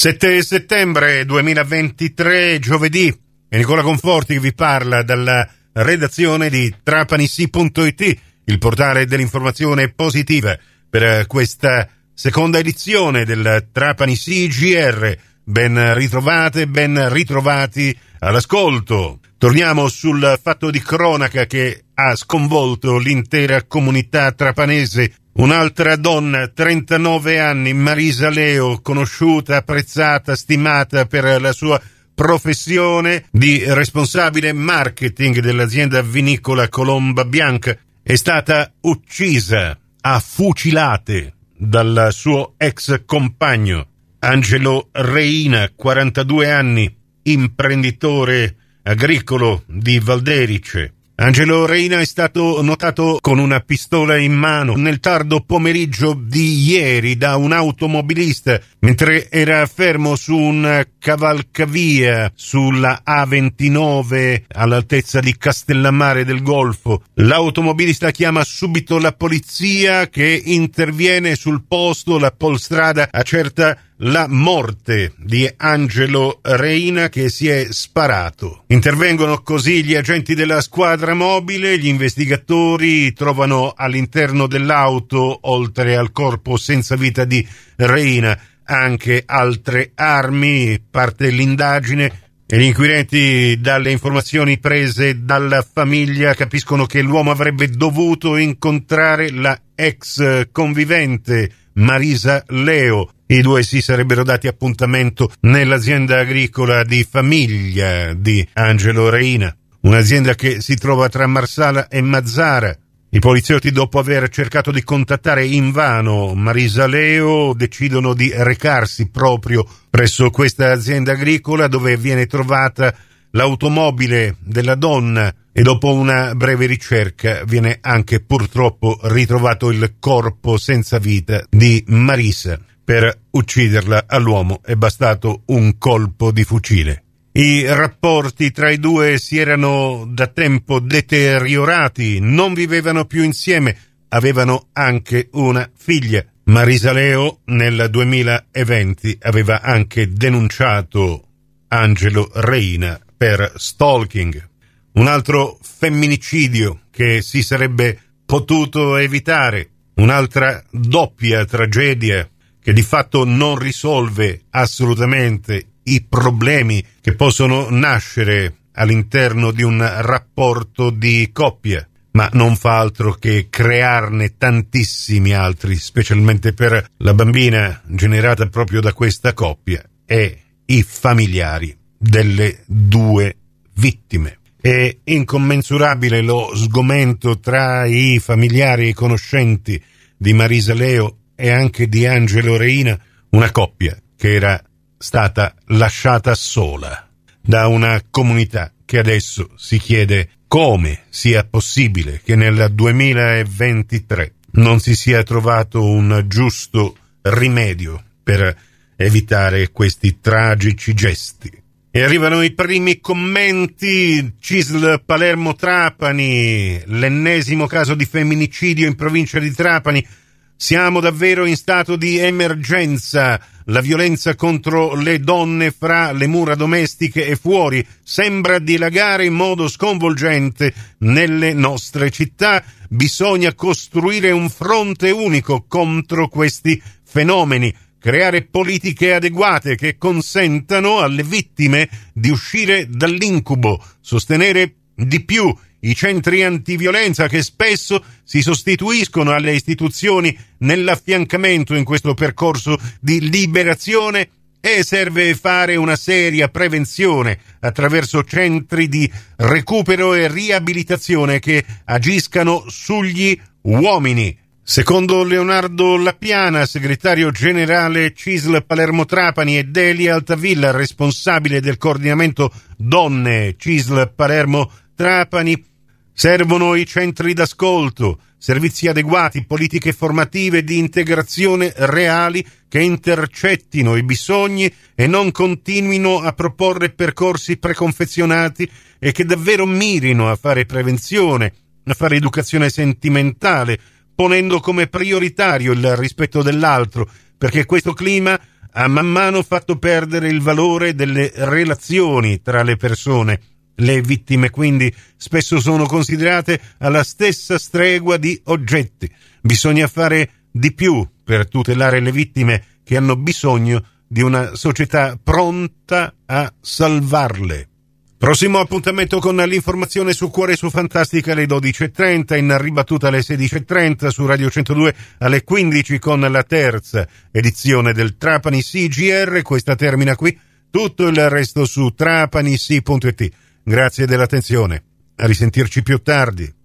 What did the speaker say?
7 settembre 2023, giovedì, è Nicola Conforti che vi parla dalla redazione di trapanisi.it, il portale dell'informazione positiva, per questa seconda edizione del Trapani CGR. Ben ritrovate, ben ritrovati all'ascolto. Torniamo sul fatto di cronaca che ha sconvolto l'intera comunità trapanese. Un'altra donna, 39 anni, Marisa Leo, conosciuta, apprezzata, stimata per la sua professione di responsabile marketing dell'azienda vinicola Colomba Bianca, è stata uccisa a fucilate dal suo ex compagno, Angelo Reina, 42 anni, imprenditore agricolo di Valderice. Angelo Reina è stato notato con una pistola in mano nel tardo pomeriggio di ieri da un automobilista mentre era fermo su un cavalcavia sulla A29 all'altezza di Castellammare del Golfo. L'automobilista chiama subito la polizia che interviene sul posto. La Polstrada accerta la morte di Angelo Reina che si è sparato. Intervengono così gli agenti della squadra mobile. Gli investigatori trovano all'interno dell'auto, oltre al corpo senza vita di Reina, anche altre armi. Parte l'indagine e gli inquirenti, dalle informazioni prese dalla famiglia, capiscono che l'uomo avrebbe dovuto incontrare la ex convivente Marisa Leo. I due si sarebbero dati appuntamento nell'azienda agricola di famiglia di Angelo Reina, un'azienda che si trova tra Marsala e Mazara. I poliziotti, dopo aver cercato di contattare invano Marisa Leo, decidono di recarsi proprio presso questa azienda agricola, dove viene trovata l'automobile della donna e dopo una breve ricerca viene anche purtroppo ritrovato il corpo senza vita di Marisa. Per ucciderla all'uomo è bastato un colpo di fucile. I rapporti tra i due si erano da tempo deteriorati, non vivevano più insieme, avevano anche una figlia. Marisa Leo nel 2020 aveva anche denunciato Angelo Reina per stalking. Un altro femminicidio che si sarebbe potuto evitare, un'altra doppia tragedia che di fatto non risolve assolutamente i problemi che possono nascere all'interno di un rapporto di coppia, ma non fa altro che crearne tantissimi altri, specialmente per la bambina generata proprio da questa coppia e i familiari delle due vittime. È incommensurabile lo sgomento tra i familiari e i conoscenti di Marisa Leo e anche di Angelo Reina, una coppia che era stata lasciata sola da una comunità che adesso si chiede come sia possibile che nel 2023 non si sia trovato un giusto rimedio per evitare questi tragici gesti. E arrivano i primi commenti. CISL Palermo Trapani, l'ennesimo caso di femminicidio in provincia di Trapani. Siamo davvero in stato di emergenza. La violenza contro le donne fra le mura domestiche e fuori sembra dilagare in modo sconvolgente nelle nostre città. Bisogna costruire un fronte unico contro questi fenomeni, creare politiche adeguate che consentano alle vittime di uscire dall'incubo, sostenere di più i centri antiviolenza che spesso si sostituiscono alle istituzioni nell'affiancamento in questo percorso di liberazione, e serve fare una seria prevenzione attraverso centri di recupero e riabilitazione che agiscano sugli uomini. Secondo Leonardo Lappiana, segretario generale CISL Palermo Trapani, e Delia Altavilla, responsabile del coordinamento donne CISL Palermo Trapani, servono i centri d'ascolto, servizi adeguati, politiche formative di integrazione reali che intercettino i bisogni e non continuino a proporre percorsi preconfezionati e che davvero mirino a fare prevenzione, a fare educazione sentimentale, ponendo come prioritario il rispetto dell'altro, perché questo clima ha man mano fatto perdere il valore delle relazioni tra le persone. Le vittime quindi spesso sono considerate alla stessa stregua di oggetti. Bisogna fare di più per tutelare le vittime che hanno bisogno di una società pronta a salvarle. Prossimo appuntamento con l'informazione su Cuore su Fantastica alle 12.30, in ribattuta alle 16.30 su Radio 102 alle 15 con la terza edizione del Trapani CGR. Questa termina qui, tutto il resto su trapanissi.it. Grazie dell'attenzione, a risentirci più tardi.